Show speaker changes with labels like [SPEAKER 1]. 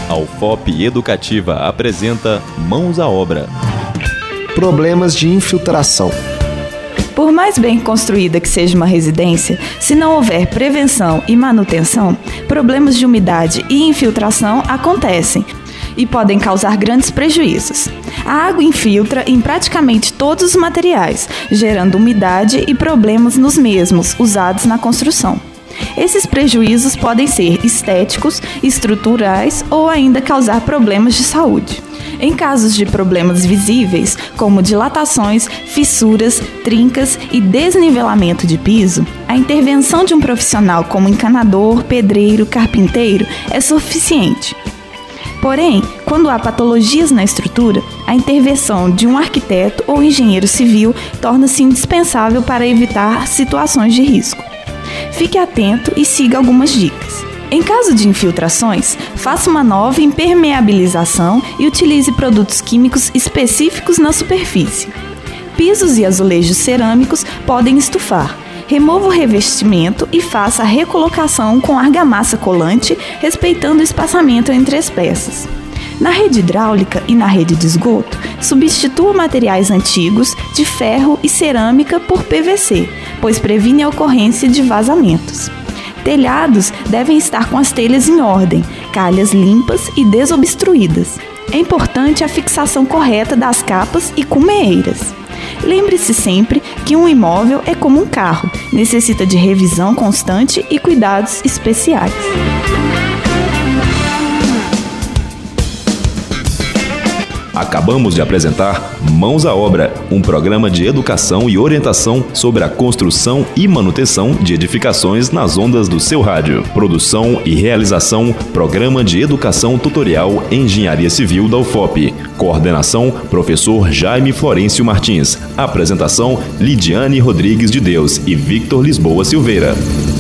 [SPEAKER 1] A UFOP Educativa apresenta Mãos à Obra.
[SPEAKER 2] Problemas de infiltração.
[SPEAKER 3] Por mais bem construída que seja uma residência, se não houver prevenção e manutenção, problemas de umidade e infiltração acontecem e podem causar grandes prejuízos. A água infiltra em praticamente todos os materiais, gerando umidade e problemas nos mesmos usados na construção. Esses prejuízos podem ser estéticos, estruturais ou ainda causar problemas de saúde. Em casos de problemas visíveis, como dilatações, fissuras, trincas e desnivelamento de piso, a intervenção de um profissional como encanador, pedreiro, carpinteiro é suficiente. Porém, quando há patologias na estrutura, a intervenção de um arquiteto ou engenheiro civil torna-se indispensável para evitar situações de risco. Fique atento e siga algumas dicas. Em caso de infiltrações, faça uma nova impermeabilização e utilize produtos químicos específicos na superfície. Pisos e azulejos cerâmicos podem estufar. Remova o revestimento e faça a recolocação com argamassa colante, respeitando o espaçamento entre as peças. Na rede hidráulica e na rede de esgoto, substitua materiais antigos de ferro e cerâmica por PVC, pois previne a ocorrência de vazamentos. Telhados devem estar com as telhas em ordem, calhas limpas e desobstruídas. É importante a fixação correta das capas e cumeeiras. Lembre-se sempre que um imóvel é como um carro, necessita de revisão constante e cuidados especiais.
[SPEAKER 1] Acabamos de apresentar Mãos à Obra, um programa de educação e orientação sobre a construção e manutenção de edificações nas ondas do seu rádio. Produção e realização, Programa de Educação Tutorial Engenharia Civil da UFOP. Coordenação, Professor Jaime Florencio Martins. Apresentação, Lidiane Rodrigues de Deus e Victor Lisboa Silveira.